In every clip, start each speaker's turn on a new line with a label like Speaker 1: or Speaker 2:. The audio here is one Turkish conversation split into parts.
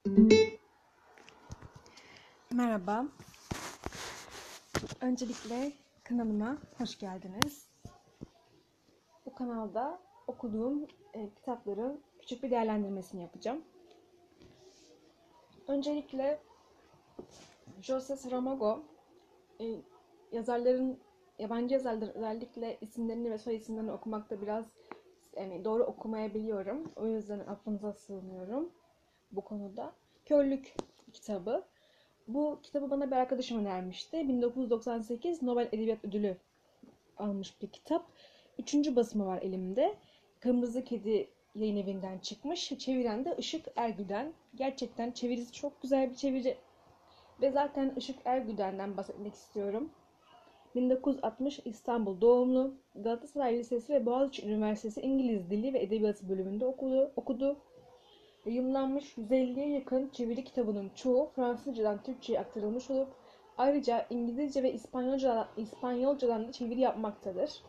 Speaker 1: Merhaba. Öncelikle kanalıma hoş geldiniz. Bu kanalda okuduğum kitapların küçük bir değerlendirmesini yapacağım. Öncelikle José Saramago, yabancı yazarların özellikle isimlerini ve soy isimlerini okumakta biraz doğru okumayabiliyorum. O yüzden affınıza sığınıyorum bu konuda. Körlük kitabı. Bu kitabı bana bir arkadaşım önermişti. 1998 Nobel Edebiyat Ödülü almış bir kitap. 3. basımı var elimde. Kırmızı Kedi yayın evinden çıkmış. Çeviren de Işık Ergüden. Gerçekten çevirisi çok güzel bir çeviri. Ve zaten Işık Ergüden'den bahsetmek istiyorum. 1960 İstanbul doğumlu. Galatasaray Lisesi ve Boğaziçi Üniversitesi İngiliz Dili ve Edebiyatı bölümünde okudu. Yayımlanmış 150'ye yakın çeviri kitabının çoğu Fransızcadan Türkçe'ye aktarılmış olup ayrıca İngilizce ve İspanyolcadan da çeviri yapmaktadır.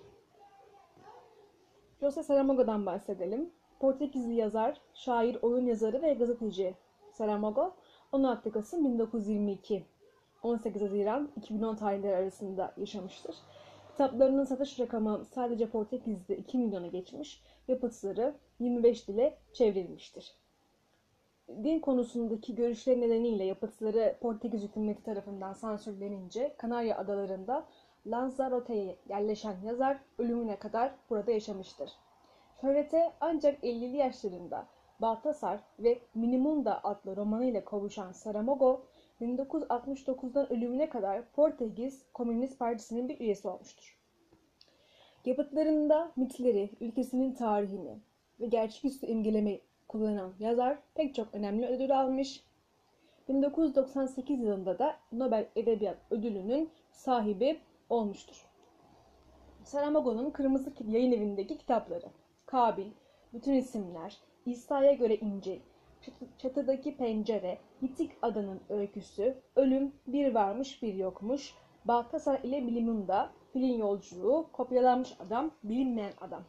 Speaker 1: José Saramago'dan bahsedelim. Portekizli yazar, şair, oyun yazarı ve gazeteci Saramago 16 Kasım 1922 18 Haziran 2010 tarihleri arasında yaşamıştır. Kitaplarının satış rakamı sadece Portekiz'de 2 milyona geçmiş, yapıtları 25 dile çevrilmiştir. Din konusundaki görüşleri nedeniyle yapıtları Portekiz hükümeti tarafından sansürlenince Kanarya Adaları'nda Lanzarote'ye yerleşen yazar ölümüne kadar burada yaşamıştır. Şöhrete ancak 50'li yaşlarında Baltasar ve Minimunda adlı romanıyla kavuşan Saramago, 1969'dan ölümüne kadar Portekiz Komünist Partisi'nin bir üyesi olmuştur. Yapıtlarında mitleri, ülkesinin tarihini ve gerçeküstü imgelemeyi kullanan yazar pek çok önemli ödül almış. 1998 yılında da Nobel Edebiyat Ödülü'nün sahibi olmuştur. Saramago'nun Kırmızı Kedi yayın evindeki kitapları Kabil, Bütün İsimler, İsa'ya göre İncil, Çatıdaki Pencere, Yitik Adanın Öyküsü, Ölüm, Bir Varmış Bir Yokmuş, Baltasar ile Bilimunda, Filin Yolculuğu, Kopyalanmış Adam, Bilinmeyen Adam.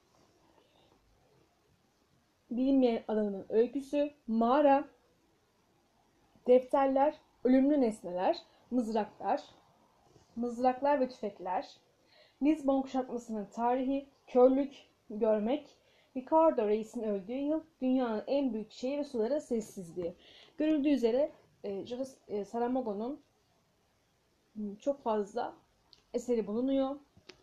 Speaker 1: Bilinmeyen Adanın Öyküsü, Mağara, Defterler, Ölümlü Nesneler, Mızraklar ve Tüfekler, Lizbon Kuşatması'nın Tarihi, Körlük, Görmek, Ricardo Reis'in öldüğü yıl, Dünyanın en büyük şeyi ve suların sessizliği. Görüldüğü üzere Saramago'nun çok fazla eseri bulunuyor.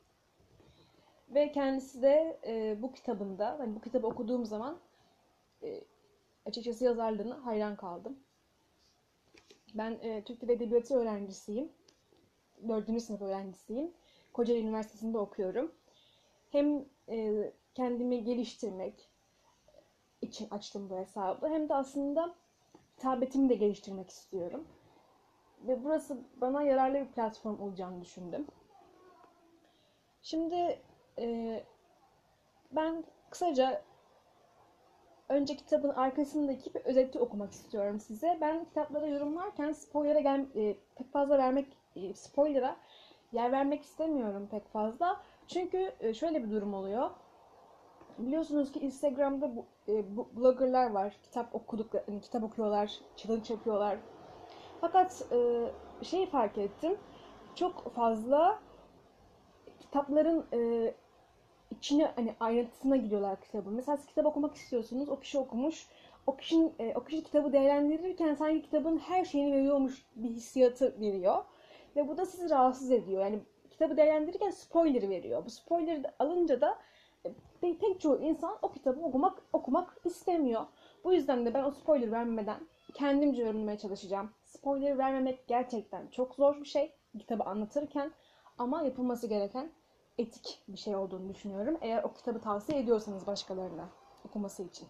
Speaker 1: Ve kendisi de bu kitabında, bu kitabı okuduğum zaman açıkçası yazarlığına hayran kaldım. Ben Türk Dili Edebiyatı öğrencisiyim. 4. sınıf öğrencisiyim. Kocaeli Üniversitesi'nde okuyorum. Hem kendimi geliştirmek için açtım bu hesabı, hem de aslında hitabetimi de geliştirmek istiyorum. Ve burası bana yararlı bir platform olacağını düşündüm. Şimdi ben kısaca önce kitabın arkasındaki bir özeti okumak istiyorum size. Ben kitaplara yorumlarken pek fazla spoiler'a yer vermek istemiyorum pek fazla. Çünkü şöyle bir durum oluyor. Biliyorsunuz ki Instagram'da bu bloggerlar var. Kitap okuyorlar, challenge yapıyorlar. Fakat fark ettim. Çok fazla kitapların içine ayrıntısına giriyorlar kitabın. Mesela siz kitap okumak istiyorsunuz, o kişi okumuş. O kişi kitabı değerlendirirken sanki kitabın her şeyini veriyormuş bir hissiyatı veriyor. Ve bu da sizi rahatsız ediyor. Yani kitabı değerlendirirken spoiler veriyor. Bu spoiler'ı alınca da pek çoğu insan o kitabı okumak istemiyor. Bu yüzden de ben o spoiler vermeden kendimce yorumlamaya çalışacağım. Spoiler vermemek gerçekten çok zor bir şey kitabı anlatırken, ama yapılması gereken etik bir şey olduğunu düşünüyorum. Eğer o kitabı tavsiye ediyorsanız başkalarına okuması için.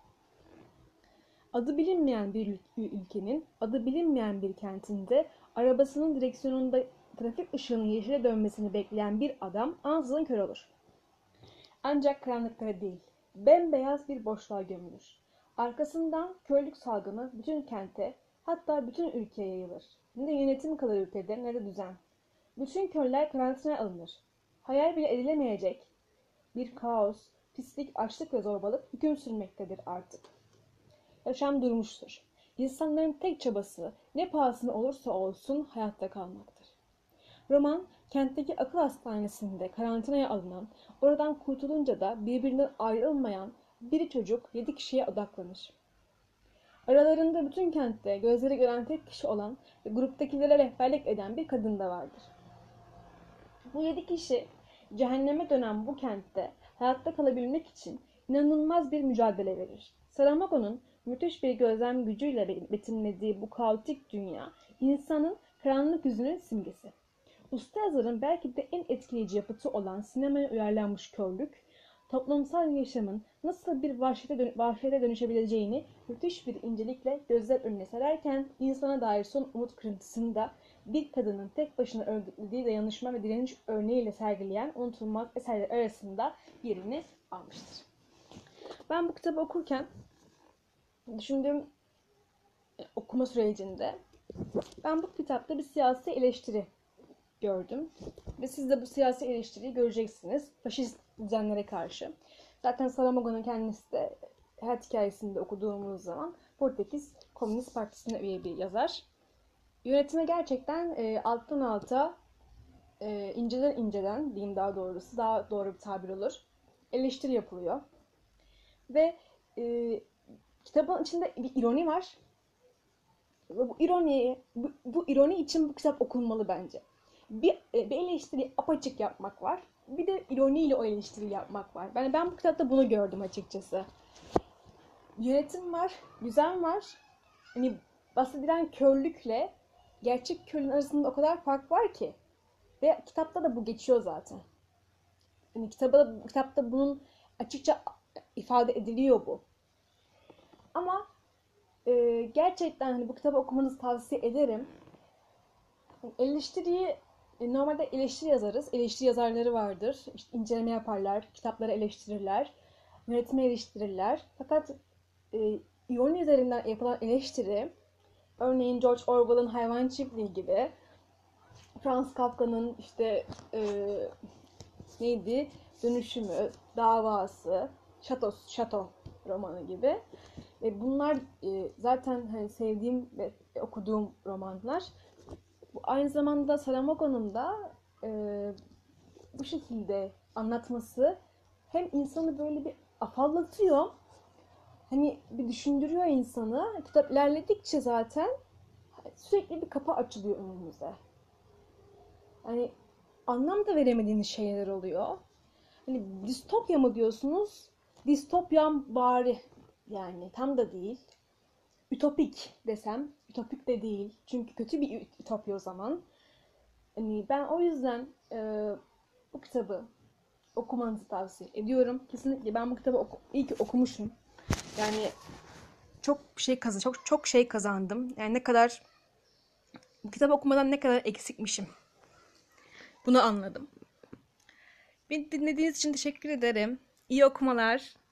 Speaker 1: Adı bilinmeyen bir ülkenin, adı bilinmeyen bir kentinde arabasının direksiyonunda trafik ışığının yeşile dönmesini bekleyen bir adam ansızın kör olur. Ancak karanlıklara değil, bembeyaz bir boşluğa gömülür. Arkasından körlük salgını bütün kente, hatta bütün ülkeye yayılır. Ne yönetim kalır ülkede, ne de düzen. Bütün körler karantinaya alınır. Hayal bile edilemeyecek bir kaos, pislik, açlık ve zorbalık hüküm sürmektedir artık. Yaşam durmuştur. İnsanların tek çabası ne pahasına olursa olsun hayatta kalmaktır. Roman, kentteki akıl hastanesinde karantinaya alınan, oradan kurtulunca da birbirinden ayrılmayan bir çocuk 7 kişiye odaklanır. Aralarında bütün kentte gözleri gören tek kişi olan ve gruptakilere rehberlik eden bir kadın da vardır. Bu 7 kişi cehenneme dönen bu kentte hayatta kalabilmek için inanılmaz bir mücadele verir. Saramago'nun müthiş bir gözlem gücüyle betimlediği bu kaotik dünya, insanın karanlık yüzünün simgesi. Usta yazarın belki de en etkileyici yapıtı olan sinemaya uyarlanmış körlük, toplumsal yaşamın nasıl bir vahşete dönüşebileceğini müthiş bir incelikle gözler önüne sererken insana dair son umut kırıntısını da bir kadının tek başına örgütlediği dayanışma ve direniş örneğiyle sergileyen unutulmaz eserler arasında yerini almıştır. Ben bu kitabı okurken düşündüğüm okuma sürecinde ben bu kitapta bir siyasi eleştiri gördüm. Ve siz de bu siyasi eleştiriyi göreceksiniz. Faşist düzenlere karşı. Zaten Saramago'nun kendisi de hayat hikayesinde okuduğumuz zaman Portekiz Komünist Partisi'ne üye bir yazar. Yönetime gerçekten alttan alta inceden inceden diyeyim daha doğrusu, daha doğru bir tabir olur, eleştiri yapılıyor. Ve kitabın içinde bir ironi var. Ve bu ironi için bu kitap okunmalı bence. Bir eleştiri apaçık yapmak var. Bir de ironiyle o eleştiri yapmak var. Ben bu kitapta bunu gördüm açıkçası. Yönetim var, düzen var. Hani bahsedilen körlükle gerçek körlüğün arasında o kadar fark var ki. Ve kitapta da bu geçiyor zaten. Hani kitapta bunun açıkça ifade ediliyor bu. Ama gerçekten hani bu kitabı okumanızı tavsiye ederim. Eleştiriyi normalde eleştiri yazarız. Eleştiri yazarları vardır. İşte inceleme yaparlar, kitapları eleştirirler, yönetimi eleştirirler. Fakat ironi üzerinden yapılan eleştiri, örneğin George Orwell'ın Hayvan Çiftliği gibi, Franz Kafka'nın işte neydi? Dönüşümü, Davası, Şato romanı gibi. Bunlar zaten hani sevdiğim ve okuduğum romanlar. Bu aynı zamanda Saramago'nun da bu şekilde anlatması hem insanı böyle bir afallatıyor, hani bir düşündürüyor insanı. Kitap ilerledikçe zaten sürekli bir kapı açılıyor önümüze. Hani anlam da veremediğiniz şeyler oluyor. Hani distopya mı diyorsunuz? Distopyan bari, yani tam da değil. Ütopik desem, ütopik de değil. Çünkü kötü bir ütopya o zaman. Yani ben o yüzden bu kitabı okumanızı tavsiye ediyorum. Kesinlikle ben bu kitabı iyi ki okumuşum. Yani çok şey kazandım. Yani ne kadar bu kitabı okumadan ne kadar eksikmişim. Bunu anladım. Beni dinlediğiniz için teşekkür ederim. İyi okumalar.